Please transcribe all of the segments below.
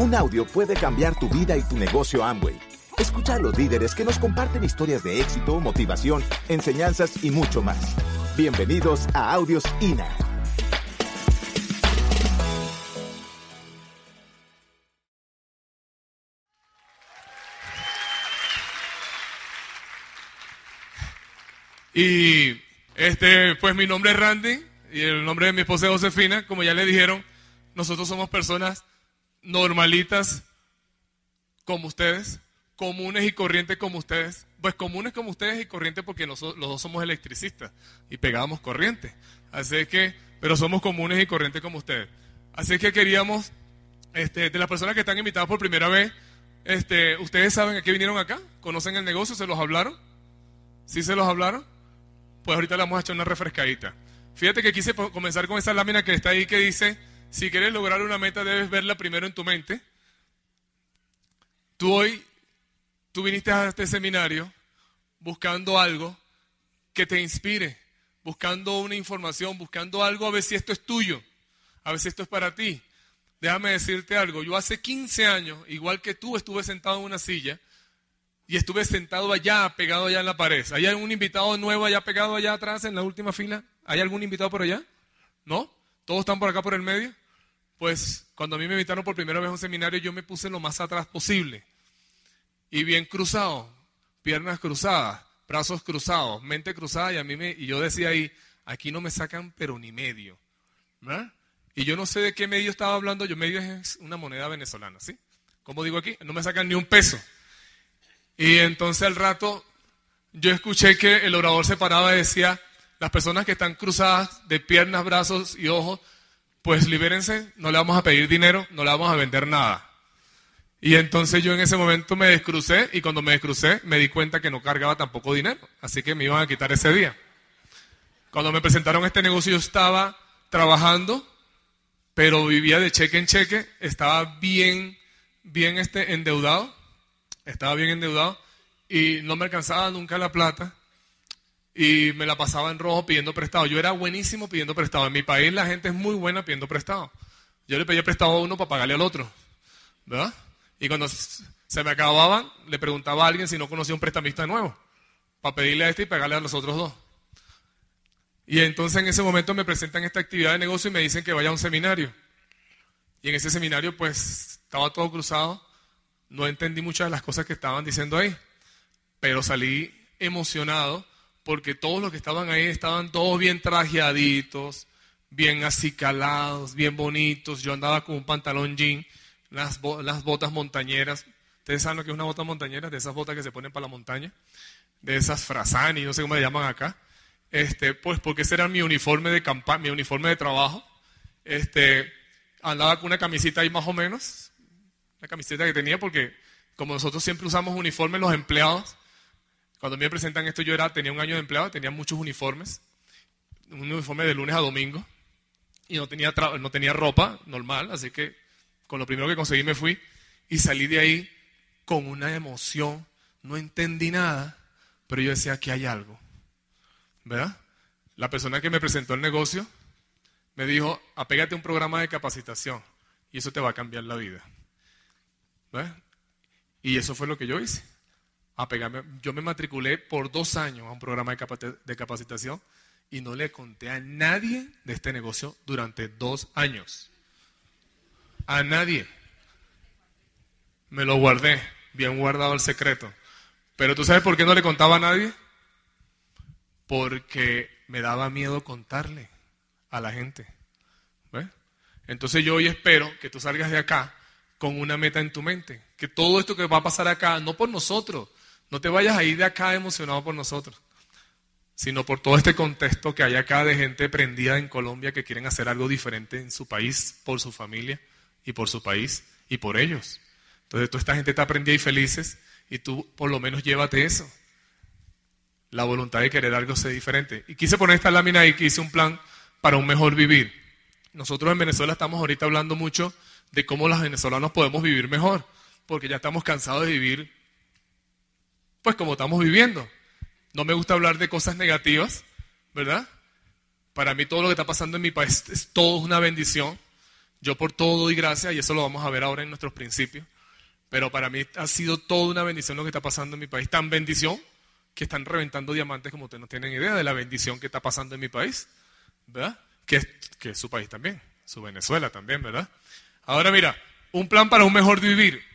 Un audio puede cambiar tu vida y tu negocio Amway. Escucha a los líderes que nos comparten historias de éxito, motivación, enseñanzas y mucho más. Bienvenidos a Audios INA. Y pues mi nombre es Randy y el nombre de mi esposa es Josefina. Como ya le dijeron, nosotros somos personas normalitas como ustedes, comunes y corrientes como ustedes. Pues comunes como ustedes y corrientes porque los dos somos electricistas y pegábamos corriente. Así que, pero somos comunes y corrientes como ustedes. Así que queríamos, de las personas que están invitadas por primera vez, ¿ustedes saben a qué vinieron acá? ¿Conocen el negocio? ¿Se los hablaron? ¿Sí se los hablaron? Pues ahorita le vamos a echar una refrescadita. Fíjate que quise comenzar con esa lámina que está ahí que dice, si quieres lograr una meta debes verla primero en tu mente. Tú viniste a este seminario buscando algo que te inspire, buscando una información, buscando algo a ver si esto es tuyo, a ver si esto es para ti. Déjame decirte algo, yo hace 15 años, igual que tú, estuve sentado en una silla y estuve sentado allá, pegado allá en la pared. ¿Hay algún invitado nuevo allá pegado allá atrás en la última fila? ¿Hay algún invitado por allá? ¿No? ¿Todos están por acá por el medio? Pues cuando a mí me invitaron por primera vez a un seminario, yo me puse lo más atrás posible. Y bien cruzado, piernas cruzadas, brazos cruzados, mente cruzada, y yo decía ahí, aquí no me sacan pero ni medio. ¿Verdad? Y yo no sé de qué medio estaba hablando, medio es una moneda venezolana, ¿sí? ¿Cómo digo aquí? No me sacan ni un peso. Y entonces al rato yo escuché que el orador se paraba y decía, las personas que están cruzadas de piernas, brazos y ojos, pues libérense, no le vamos a pedir dinero, no le vamos a vender nada. Y entonces yo en ese momento me descrucé y cuando me descrucé me di cuenta que no cargaba tampoco dinero, así que me iban a quitar ese día. Cuando me presentaron este negocio yo estaba trabajando, pero vivía de cheque en cheque, estaba bien endeudado. Estaba bien endeudado y no me alcanzaba nunca la plata y me la pasaba en rojo pidiendo prestado. Yo era buenísimo pidiendo prestado. En mi país la gente es muy buena pidiendo prestado. Yo le pedía prestado a uno para pagarle al otro, ¿verdad? Y cuando se me acababan, le preguntaba a alguien si no conocía un prestamista nuevo para pedirle a este y pagarle a los otros dos. Y entonces en ese momento me presentan esta actividad de negocio y me dicen que vaya a un seminario. Y en ese seminario pues estaba todo cruzado. No entendí muchas de las cosas que estaban diciendo ahí, pero salí emocionado porque todos los que estaban ahí estaban todos bien trajeaditos, bien acicalados, bien bonitos. Yo andaba con un pantalón jean, las botas montañeras. ¿Ustedes saben lo que es una bota montañera? De esas botas que se ponen para la montaña, de esas Frasani, no sé cómo le llaman acá. Pues porque ese era mi uniforme de mi uniforme de trabajo. Andaba con una camisita ahí más o menos. La camiseta que tenía porque como nosotros siempre usamos uniformes los empleados, cuando me presentan esto tenía un año de empleado, tenía muchos uniformes, un uniforme de lunes a domingo y no tenía ropa normal, así que con lo primero que conseguí me fui y salí de ahí con una emoción, no entendí nada, pero yo decía aquí hay algo, ¿verdad? La persona que me presentó el negocio me dijo, apégate a un programa de capacitación y eso te va a cambiar la vida. ¿Ves? Y eso fue lo que yo hice. Yo me matriculé por 2 años a un programa de capacitación y no le conté a nadie de este negocio durante 2 años. A nadie. Me lo guardé, bien guardado el secreto. Pero ¿tú sabes por qué no le contaba a nadie? Porque me daba miedo contarle a la gente. ¿Ves? Entonces yo hoy espero que tú salgas de acá con una meta en tu mente, que todo esto que va a pasar acá, no por nosotros, no te vayas a ir de acá emocionado por nosotros, sino por todo este contexto que hay acá de gente prendida en Colombia que quieren hacer algo diferente en su país, por su familia y por su país y por ellos. Entonces toda esta gente está prendida y felices y tú por lo menos llévate eso, la voluntad de querer algo ser diferente. Y quise poner esta lámina ahí que hice un plan para un mejor vivir. Nosotros en Venezuela estamos ahorita hablando mucho de cómo los venezolanos podemos vivir mejor, porque ya estamos cansados de vivir, pues como estamos viviendo. No me gusta hablar de cosas negativas, ¿verdad? Para mí todo lo que está pasando en mi país es todo una bendición. Yo por todo doy gracias y eso lo vamos a ver ahora en nuestros principios. Pero para mí ha sido toda una bendición lo que está pasando en mi país. Tan bendición que están reventando diamantes como ustedes no tienen idea de la bendición que está pasando en mi país, ¿verdad? Que es su país también, su Venezuela también, ¿verdad? Ahora mira, un plan para un mejor vivir.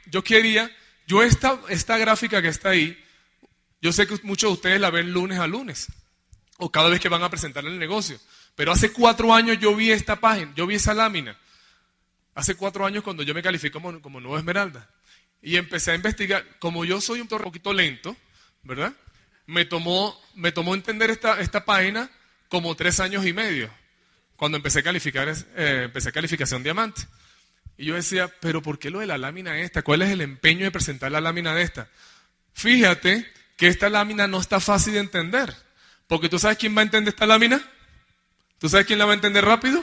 Esta gráfica que está ahí, yo sé que muchos de ustedes la ven lunes a lunes, o cada vez que van a presentar el negocio. Pero hace 4 años yo vi esta página, yo vi esa lámina. Hace 4 años cuando yo me califiqué como Nueva Esmeralda. Y empecé a investigar. Como yo soy un poquito lento, ¿verdad? Me tomó entender esta página como 3 años y medio. Cuando empecé calificación diamante. Y yo decía, pero ¿por qué lo de la lámina esta? ¿Cuál es el empeño de presentar la lámina de esta? Fíjate que esta lámina no está fácil de entender. Porque ¿tú sabes quién va a entender esta lámina? ¿Tú sabes quién la va a entender rápido?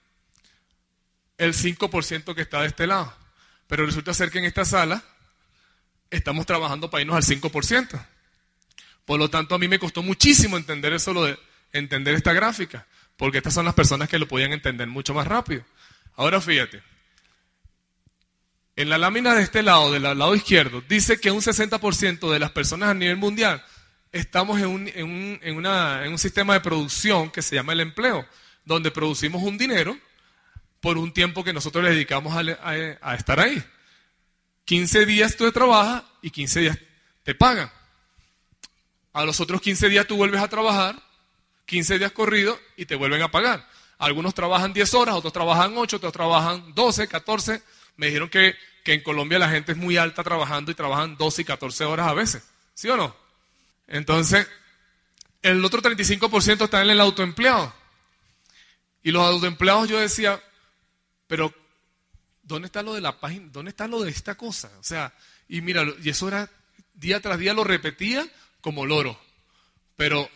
El 5% que está de este lado. Pero resulta ser que en esta sala estamos trabajando para irnos al 5%. Por lo tanto, a mí me costó muchísimo entender entender esta gráfica. Porque estas son las personas que lo podían entender mucho más rápido. Ahora fíjate. En la lámina de este lado, del lado izquierdo, dice que un 60% de las personas a nivel mundial estamos en un sistema de producción que se llama el empleo, donde producimos un dinero por un tiempo que nosotros le dedicamos a estar ahí. 15 días tú trabajas y 15 días te pagan. A los otros 15 días tú vuelves a trabajar, 15 días corridos y te vuelven a pagar. Algunos trabajan 10 horas, otros trabajan 8, otros trabajan 12, 14. Me dijeron que en Colombia la gente es muy alta trabajando y trabajan 12 y 14 horas a veces. ¿Sí o no? Entonces, el otro 35% está en el autoempleado. Y los autoempleados yo decía, pero ¿dónde está lo de la página? ¿Dónde está lo de esta cosa? O sea, y mira, y eso era día tras día lo repetía como loro. Pero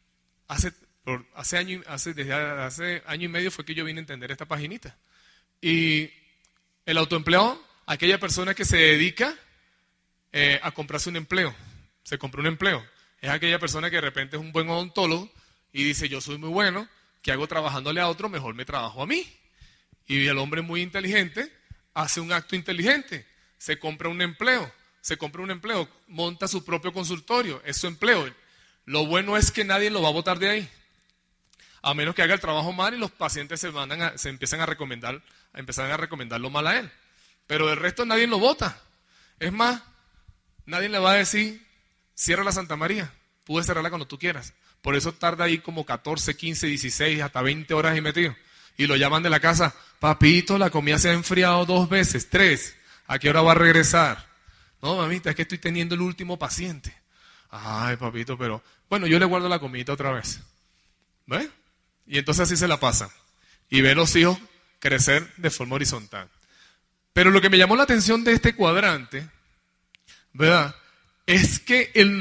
desde hace año y medio fue que yo vine a entender esta paginita. Y el autoempleado, aquella persona que se dedica a comprarse un empleo, se compró un empleo. Es aquella persona que de repente es un buen odontólogo y dice, yo soy muy bueno, ¿qué hago trabajándole a otro? Mejor me trabajo a mí. Y el hombre muy inteligente hace un acto inteligente, se compra un empleo, monta su propio consultorio, es su empleo. Lo bueno es que nadie lo va a botar de ahí, a menos que haga el trabajo mal y los pacientes se empiezan a recomendarlo mal a él. Pero del resto nadie lo bota. Es más, nadie le va a decir, cierra la Santa María, puedes cerrarla cuando tú quieras. Por eso tarda ahí como 14, 15, 16, hasta 20 horas ahí metido. Y lo llaman de la casa, papito, la comida se ha enfriado 2 veces, 3, ¿a qué hora va a regresar? No, mamita, es que estoy teniendo el último paciente. Ay, papito, pero bueno, yo le guardo la comidita otra vez. ¿Ves? Y entonces así se la pasa. Y ve a los hijos crecer de forma horizontal. Pero lo que me llamó la atención de este cuadrante, ¿verdad?, es que el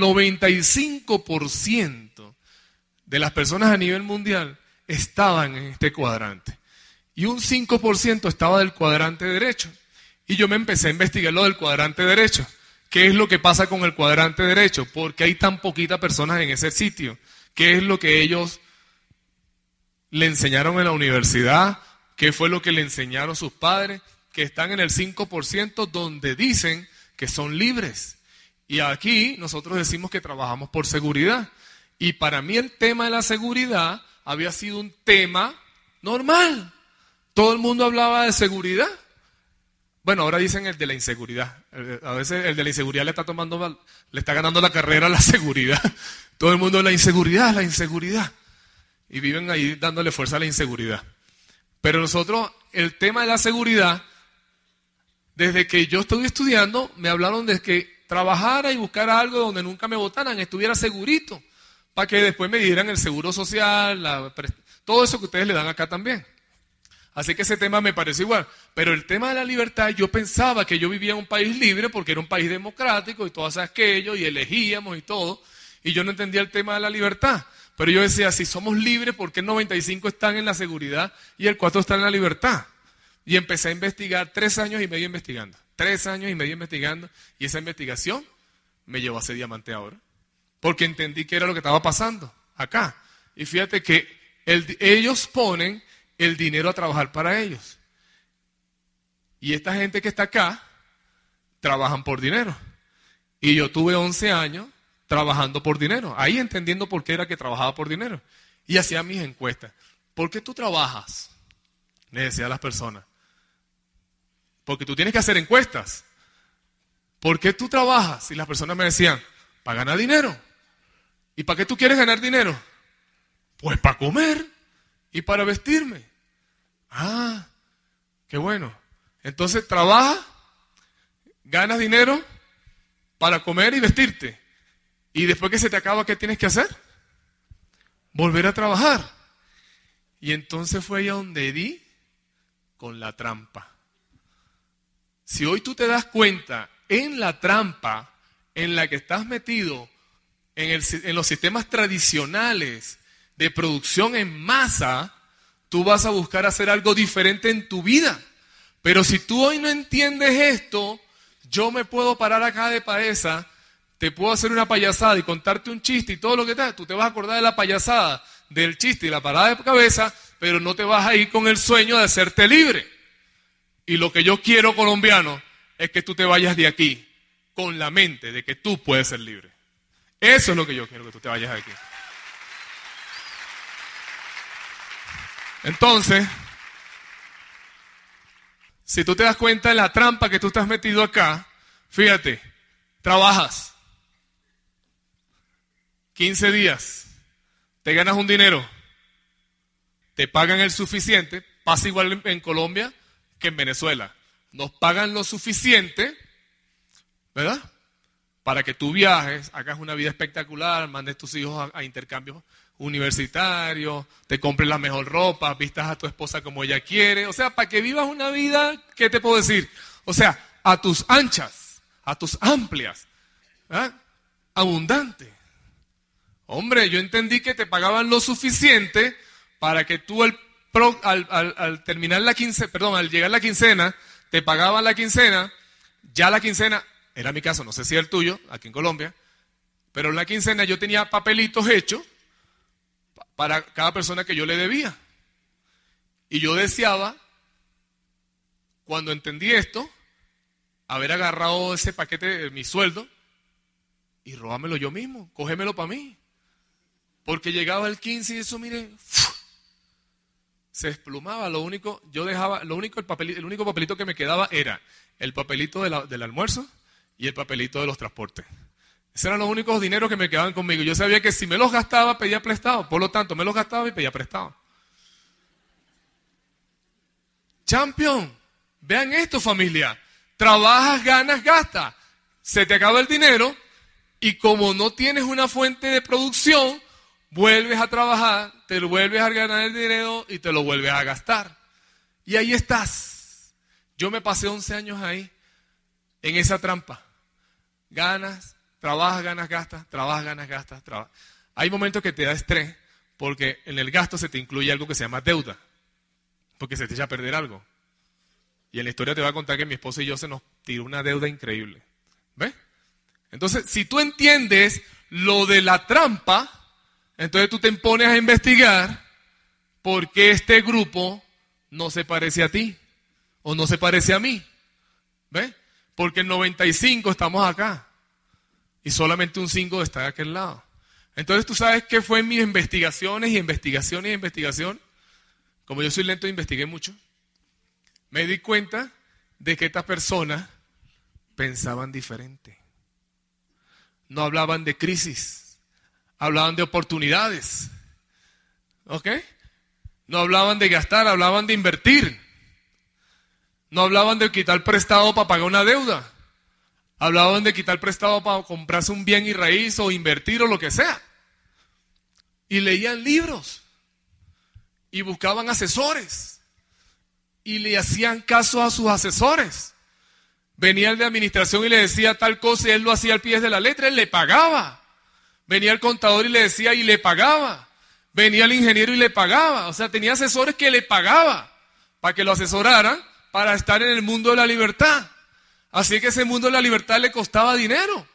95% de las personas a nivel mundial estaban en este cuadrante. Y un 5% estaba del cuadrante derecho. Y yo me empecé a investigar lo del cuadrante derecho. ¿Qué es lo que pasa con el cuadrante derecho? ¿Por qué hay tan poquitas personas en ese sitio? ¿Qué es lo que ellos le enseñaron en la universidad? ¿Qué fue lo que le enseñaron sus padres? Que están en el 5% donde dicen que son libres. Y aquí nosotros decimos que trabajamos por seguridad. Y para mí el tema de la seguridad había sido un tema normal. Todo el mundo hablaba de seguridad. Bueno, ahora dicen el de la inseguridad. A veces el de la inseguridad le está ganando la carrera a la seguridad. Todo el mundo la inseguridad. Y viven ahí dándole fuerza a la inseguridad. Pero nosotros, el tema de la seguridad, desde que yo estuve estudiando, me hablaron de que trabajara y buscara algo donde nunca me botaran, estuviera segurito, para que después me dieran el seguro social, todo eso que ustedes le dan acá también. Así que ese tema me parece igual. Pero el tema de la libertad, yo pensaba que yo vivía en un país libre porque era un país democrático y todo aquello, y elegíamos y todo, y yo no entendía el tema de la libertad. Pero yo decía, si somos libres, ¿por qué el 95% están en la seguridad y el 4% está en la libertad? Y empecé a investigar, 3 años y medio investigando. 3 años y medio investigando. Y esa investigación me llevó a ser diamante ahora. Porque entendí qué era lo que estaba pasando acá. Y fíjate que ellos ponen el dinero a trabajar para ellos. Y esta gente que está acá, trabajan por dinero. Y yo tuve 11 años trabajando por dinero. Ahí entendiendo por qué era que trabajaba por dinero. Y hacía mis encuestas. ¿Por qué tú trabajas? Le decía a las personas. Porque tú tienes que hacer encuestas. ¿Por qué tú trabajas? Y las personas me decían, para ganar dinero. ¿Y para qué tú quieres ganar dinero? Pues para comer y para vestirme. Ah, qué bueno. Entonces trabajas, ganas dinero para comer y vestirte. Y después que se te acaba, ¿qué tienes que hacer? Volver a trabajar. Y entonces fue ahí donde di con la trampa. Si hoy tú te das cuenta en la trampa en la que estás metido en los sistemas tradicionales de producción en masa, tú vas a buscar hacer algo diferente en tu vida. Pero si tú hoy no entiendes esto, yo me puedo parar acá de paesa, te puedo hacer una payasada y contarte un chiste y todo lo que tal. Tú te vas a acordar de la payasada, del chiste y la parada de cabeza, pero no te vas a ir con el sueño de hacerte libre. Y lo que yo quiero, colombiano, es que tú te vayas de aquí con la mente de que tú puedes ser libre. Eso es lo que yo quiero, que tú te vayas de aquí. Entonces, si tú te das cuenta de la trampa que tú estás metido acá, fíjate, trabajas 15 días, te ganas un dinero, te pagan el suficiente, pasa igual en Colombia que en Venezuela. Nos pagan lo suficiente, ¿verdad? Para que tú viajes, hagas una vida espectacular, mandes tus hijos a intercambios universitarios, te compres la mejor ropa, vistas a tu esposa como ella quiere. O sea, para que vivas una vida, ¿qué te puedo decir? O sea, a tus anchas, a tus amplias, ¿verdad? Abundante. Hombre, yo entendí que te pagaban lo suficiente para que tú al terminar la quincena, al llegar la quincena, te pagaban la quincena, ya la quincena, era mi caso, no sé si es el tuyo, aquí en Colombia, pero en la quincena yo tenía papelitos hechos para cada persona que yo le debía. Y yo deseaba, cuando entendí esto, haber agarrado ese paquete, mi sueldo, y robármelo yo mismo, cógemelo para mí. Porque llegaba el 15 y eso, mire, se desplumaba. El único papelito que me quedaba era el papelito del almuerzo y el papelito de los transportes. Esos eran los únicos dineros que me quedaban conmigo. Yo sabía que si me los gastaba, pedía prestado. Por lo tanto, me los gastaba y pedía prestado. Champion, vean esto, familia. Trabajas, ganas, gastas. Se te acaba el dinero y como no tienes una fuente de producción, vuelves a trabajar, te lo vuelves a ganar el dinero y te lo vuelves a gastar. Y ahí estás. Yo me pasé 11 años ahí, en esa trampa. Ganas, trabajas, ganas, gastas, trabajas, ganas, gastas, trabajas. Hay momentos que te da estrés porque en el gasto se te incluye algo que se llama deuda. Porque se te echa a perder algo. Y en la historia te voy a contar que mi esposa y yo se nos tiró una deuda increíble. ¿Ves? Entonces, si tú entiendes lo de la trampa, entonces tú te pones a investigar por qué este grupo no se parece a ti o no se parece a mí. ¿Ves? Porque el 95 estamos acá y solamente un 5 está de aquel lado. Entonces tú sabes qué fue en mis investigaciones y investigaciones y investigaciones. Como yo soy lento, investigué mucho. Me di cuenta de que estas personas pensaban diferente. No hablaban de crisis, hablaban de oportunidades. ¿Ok? No hablaban de gastar, hablaban de invertir. No hablaban de quitar prestado para pagar una deuda. Hablaban de quitar prestado para comprarse un bien y raíz o invertir o lo que sea. Y leían libros. Y buscaban asesores. Y le hacían caso a sus asesores. Venía el de administración y le decía tal cosa y él lo hacía al pie de la letra, él le pagaba. Venía el contador y le decía y le pagaba. Venía el ingeniero y le pagaba. O sea, tenía asesores que le pagaba para que lo asesoraran para estar en el mundo de la libertad. Así que ese mundo de la libertad le costaba dinero.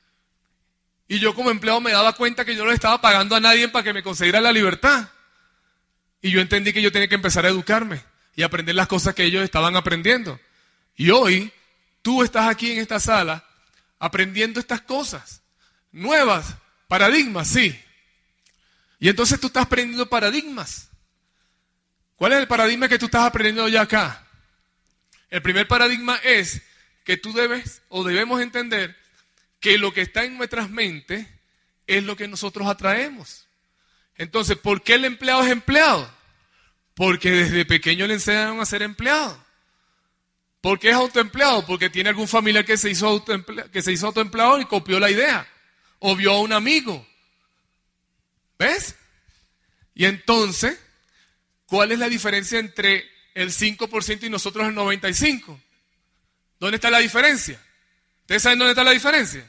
Y yo como empleado me daba cuenta que yo no le estaba pagando a nadie para que me concediera la libertad. Y yo entendí que yo tenía que empezar a educarme y aprender las cosas que ellos estaban aprendiendo. Y hoy tú estás aquí en esta sala aprendiendo estas cosas nuevas, paradigmas, sí. Y entonces tú estás aprendiendo paradigmas. ¿Cuál es el paradigma que tú estás aprendiendo ya acá? El primer paradigma es que tú debes o debemos entender que lo que está en nuestras mentes es lo que nosotros atraemos. Entonces, ¿por qué el empleado es empleado? Porque desde pequeño le enseñaron a ser empleado. ¿Por qué es autoempleado? Porque tiene algún familiar que se hizo autoempleado y copió la idea. O vio a un amigo. ¿Ves? Y entonces, ¿cuál es la diferencia entre el 5% y nosotros el 95%? ¿Dónde está la diferencia? ¿Ustedes saben dónde está la diferencia?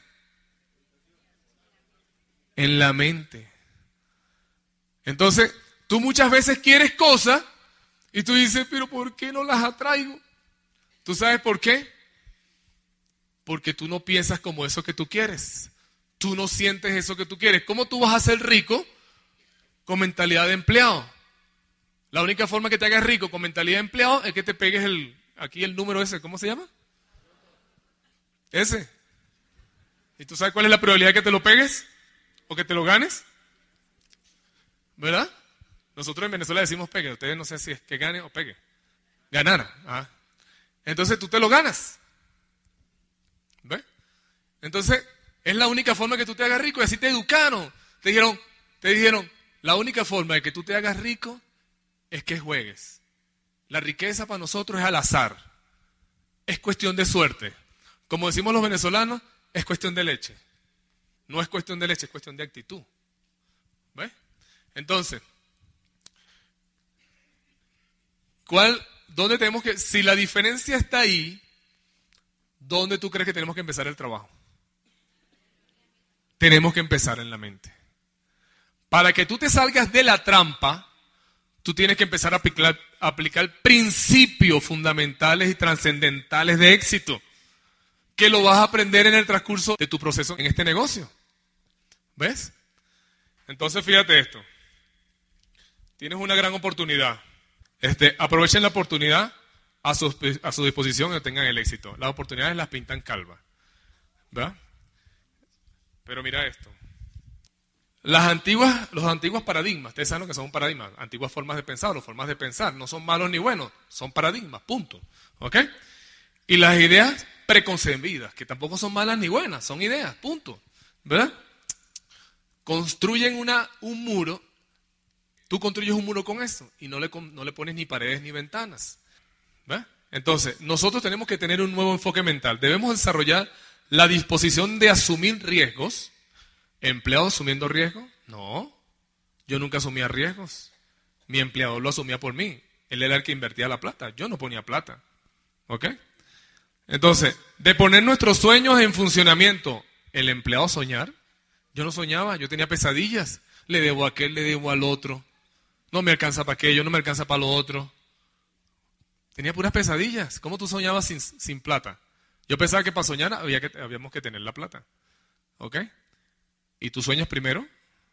En la mente. Entonces, tú muchas veces quieres cosas y tú dices, pero ¿por qué no las atraigo? ¿Tú sabes por qué? Porque tú no piensas como eso que tú quieres. Tú no sientes eso que tú quieres. ¿Cómo tú vas a ser rico con mentalidad de empleado? La única forma que te hagas rico con mentalidad de empleado es que te pegues aquí el número ese. ¿Cómo se llama? Ese. ¿Y tú sabes cuál es la probabilidad de que te lo pegues? ¿O que te lo ganes? ¿Verdad? Nosotros en Venezuela decimos pegue. Ustedes no sé si es que gane o pegue. Ganar. Ah. Entonces tú te lo ganas. ¿Ves? Entonces es la única forma que tú te hagas rico. Y así te educaron. Te dijeron, la única forma de que tú te hagas rico es que juegues. La riqueza para nosotros es al azar. Es cuestión de suerte. Como decimos los venezolanos, es cuestión de leche. No es cuestión de leche, es cuestión de actitud. ¿Ves? Entonces, ¿dónde tenemos que, si la diferencia está ahí, ¿dónde tú crees que tenemos que empezar el trabajo? Tenemos que empezar en la mente. Para que tú te salgas de la trampa, tú tienes que empezar a aplicar principios fundamentales y trascendentales de éxito, que lo vas a aprender en el transcurso de tu proceso en este negocio. ¿Ves? Entonces fíjate esto. Tienes una gran oportunidad. Aprovechen la oportunidad a su disposición y tengan el éxito. Las oportunidades las pintan calvas. ¿Verdad? Pero mira esto. Los antiguos paradigmas, ustedes saben lo que son paradigmas, antiguas formas de pensar o formas de pensar, no son malos ni buenos, son paradigmas, punto. ¿Ok? Y las ideas preconcebidas, que tampoco son malas ni buenas, son ideas, punto. ¿Verdad? Construyen un muro, tú construyes un muro con eso y no le pones ni paredes ni ventanas. ¿Verdad? Entonces, nosotros tenemos que tener un nuevo enfoque mental. Debemos desarrollar la disposición de asumir riesgos. ¿Empleado asumiendo riesgos? No, yo nunca asumía riesgos. Mi empleador lo asumía por mí. Él era el que invertía la plata, yo no ponía plata. ¿Ok? Entonces, de poner nuestros sueños en funcionamiento, el empleado soñar. Yo no soñaba, yo tenía pesadillas. Le debo a aquel, le debo al otro. No me alcanza para aquello, no me alcanza para lo otro. Tenía puras pesadillas. ¿Cómo tú soñabas sin plata? Yo pensaba que para soñar habíamos que tener la plata. ¿Ok? Y tú sueñas primero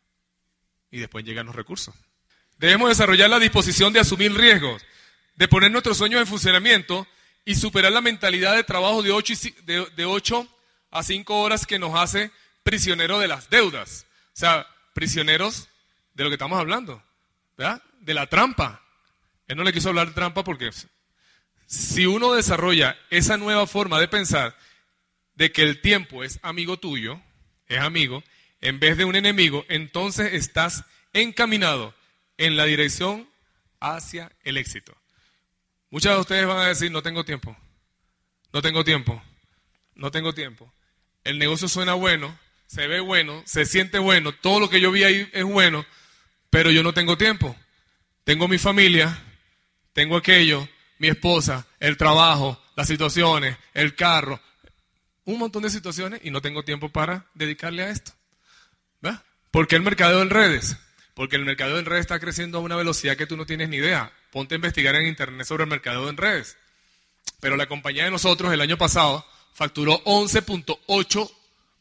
y después llegan los recursos. Debemos desarrollar la disposición de asumir riesgos, de poner nuestros sueños en funcionamiento y superar la mentalidad de trabajo de 8 a 5 horas que nos hace prisioneros de las deudas. O sea, prisioneros de lo que estamos hablando, ¿verdad? De la trampa. Él no le quiso hablar de trampa porque si uno desarrolla esa nueva forma de pensar de que el tiempo es amigo tuyo, es amigo, en vez de un enemigo, entonces estás encaminado en la dirección hacia el éxito. Muchos de ustedes van a decir, no tengo tiempo, no tengo tiempo, no tengo tiempo. El negocio suena bueno, se ve bueno, se siente bueno, todo lo que yo vi ahí es bueno, pero yo no tengo tiempo. Tengo mi familia, tengo aquello, mi esposa, el trabajo, las situaciones, el carro, un montón de situaciones y no tengo tiempo para dedicarle a esto. ¿Verdad? ¿Por qué el mercadeo en redes? Porque el mercadeo en redes está creciendo a una velocidad que tú no tienes ni idea. Ponte a investigar en internet sobre el mercadeo en redes. Pero la compañía de nosotros el año pasado facturó 11.8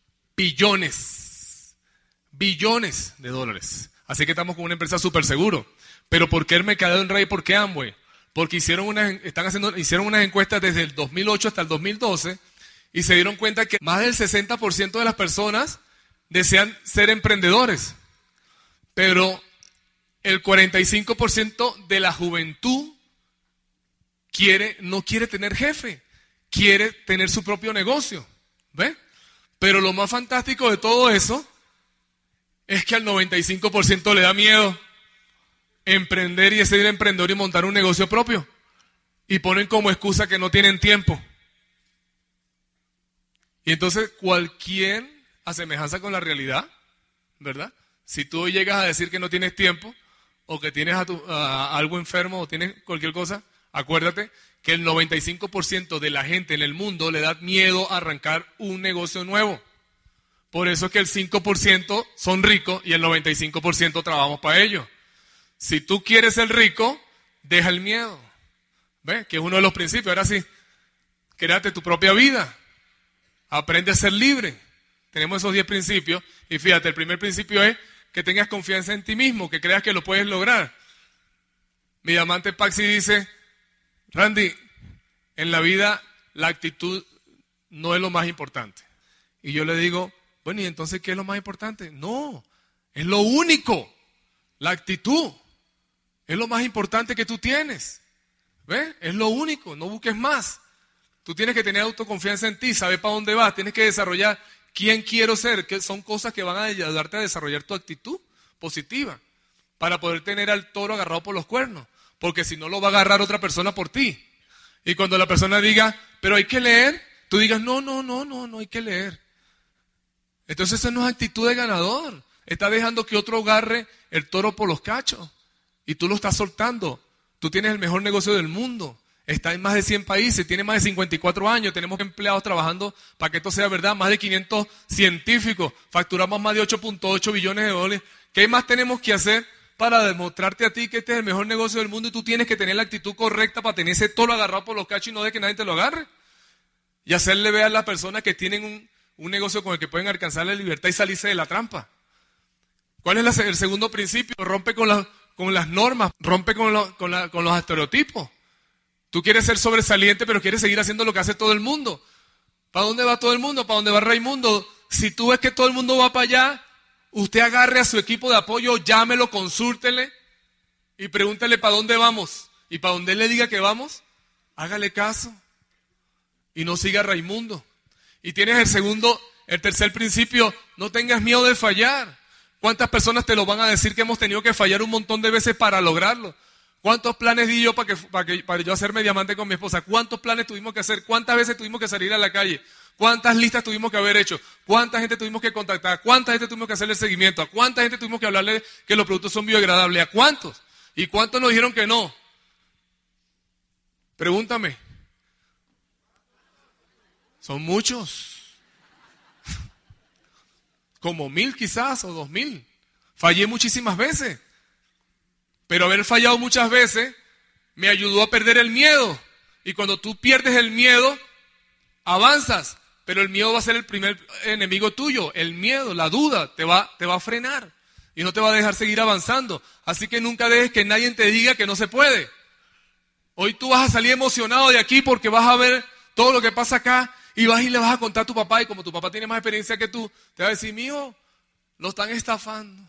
billones de dólares. Así que estamos con una empresa súper seguro. Pero ¿por qué el mercadeo en redes? ¿Por qué Amway? porque hicieron unas encuestas desde el 2008 hasta el 2012 y se dieron cuenta que más del 60% de las personas desean ser emprendedores, pero el 45% de la juventud no quiere tener jefe, quiere tener su propio negocio, ¿ve? Pero lo más fantástico de todo eso es que al 95% le da miedo emprender y ser emprendedor y montar un negocio propio. Y ponen como excusa que no tienen tiempo. Y entonces cualquier asemejanza con la realidad, ¿verdad? Si tú llegas a decir que no tienes tiempo, o que tienes a algo enfermo, o tienes cualquier cosa, acuérdate que el 95% de la gente en el mundo le da miedo a arrancar un negocio nuevo. Por eso es que el 5% son ricos y el 95% trabajamos para ello. Si tú quieres ser rico, deja el miedo. ¿Ves? Que es uno de los principios. Ahora sí, créate tu propia vida. Aprende a ser libre. Tenemos esos 10 principios. Y fíjate, el primer principio es que tengas confianza en ti mismo, que creas que lo puedes lograr. Mi diamante Paxi dice, Randy, en la vida la actitud no es lo más importante. Y yo le digo, bueno, ¿y entonces qué es lo más importante? No, es lo único. La actitud es lo más importante que tú tienes. ¿Ves? Es lo único, no busques más. Tú tienes que tener autoconfianza en ti, saber para dónde vas, tienes que desarrollar quién quiero ser, que son cosas que van a ayudarte a desarrollar tu actitud positiva para poder tener al toro agarrado por los cuernos, porque si no lo va a agarrar otra persona por ti. Y cuando la persona diga, pero hay que leer, tú digas, no hay que leer. Entonces esa no es actitud de ganador. Está dejando que otro agarre el toro por los cachos y tú lo estás soltando. Tú tienes el mejor negocio del mundo. Está en más de 100 países, tiene más de 54 años, tenemos empleados trabajando para que esto sea verdad, más de 500 científicos, facturamos más de 8.8 billones de dólares. ¿Qué más tenemos que hacer para demostrarte a ti que este es el mejor negocio del mundo y tú tienes que tener la actitud correcta para tener ese toro agarrado por los cachos y no de que nadie te lo agarre? Y hacerle ver a las personas que tienen un negocio con el que pueden alcanzar la libertad y salirse de la trampa. ¿Cuál es el segundo principio? Rompe con las normas, rompe con los estereotipos. Tú quieres ser sobresaliente, pero quieres seguir haciendo lo que hace todo el mundo. ¿Para dónde va todo el mundo? ¿Para dónde va Raimundo? Si tú ves que todo el mundo va para allá, usted agarre a su equipo de apoyo, llámelo, consúltele y pregúntele para dónde vamos. Y para donde él le diga que vamos, hágale caso y no siga a Raimundo. Y tienes el tercer principio, no tengas miedo de fallar. ¿Cuántas personas te lo van a decir que hemos tenido que fallar un montón de veces para lograrlo? ¿Cuántos planes di yo para yo hacerme diamante con mi esposa? ¿Cuántos planes tuvimos que hacer? ¿Cuántas veces tuvimos que salir a la calle? ¿Cuántas listas tuvimos que haber hecho? ¿Cuánta gente tuvimos que contactar? ¿Cuánta gente tuvimos que hacerle seguimiento? ¿A cuánta gente tuvimos que hablarle que los productos son biodegradables? ¿A cuántos? ¿Y cuántos nos dijeron que no? Pregúntame. Son muchos. Como 1000 quizás o 2000. Fallé muchísimas veces. Pero haber fallado muchas veces me ayudó a perder el miedo. Y cuando tú pierdes el miedo, avanzas. Pero el miedo va a ser el primer enemigo tuyo. El miedo, la duda, te va a frenar. Y no te va a dejar seguir avanzando. Así que nunca dejes que nadie te diga que no se puede. Hoy tú vas a salir emocionado de aquí porque vas a ver todo lo que pasa acá. Y vas y le vas a contar a tu papá. Y como tu papá tiene más experiencia que tú, te va a decir, mijo, lo están estafando.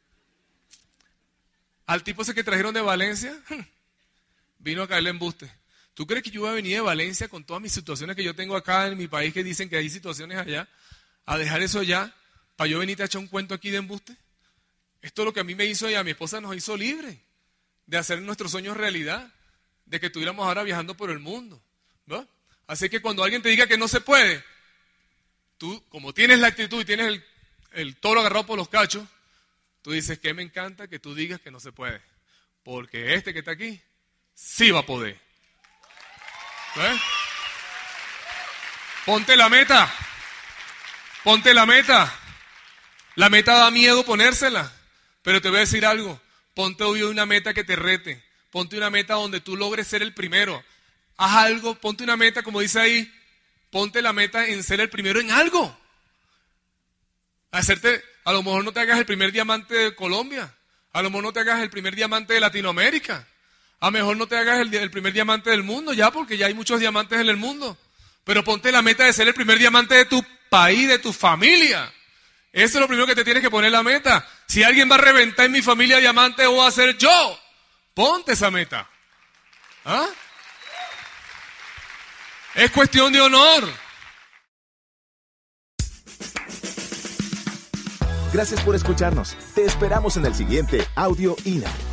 Al tipo ese que trajeron de Valencia, vino a caerle embuste. ¿Tú crees que yo voy a venir de Valencia con todas mis situaciones que yo tengo acá en mi país que dicen que hay situaciones allá, a dejar eso allá, para yo venirte a echar un cuento aquí de embuste? Esto es lo que a mí me hizo y a mi esposa nos hizo libre de hacer nuestros sueños realidad, de que estuviéramos ahora viajando por el mundo, ¿no? Así que cuando alguien te diga que no se puede, tú, como tienes la actitud y tienes el toro agarrado por los cachos, tú dices que me encanta que tú digas que no se puede. Porque este que está aquí, sí va a poder. ¿Ves? Ponte la meta. Ponte la meta. La meta da miedo ponérsela. Pero te voy a decir algo. Ponte hoy una meta que te rete. Ponte una meta donde tú logres ser el primero. Haz algo, ponte una meta, como dice ahí. Ponte la meta en ser el primero en algo. A lo mejor no te hagas el primer diamante de Colombia. A lo mejor no te hagas el primer diamante de Latinoamérica. A mejor no te hagas el primer diamante del mundo ya, porque ya hay muchos diamantes en el mundo. Pero ponte la meta de ser el primer diamante de tu país, de tu familia. Eso es lo primero que te tienes que poner la meta. Si alguien va a reventar en mi familia diamante, voy a ser yo. Ponte esa meta. ¿Ah? Es cuestión de honor. Gracias por escucharnos. Te esperamos en el siguiente Audio INA.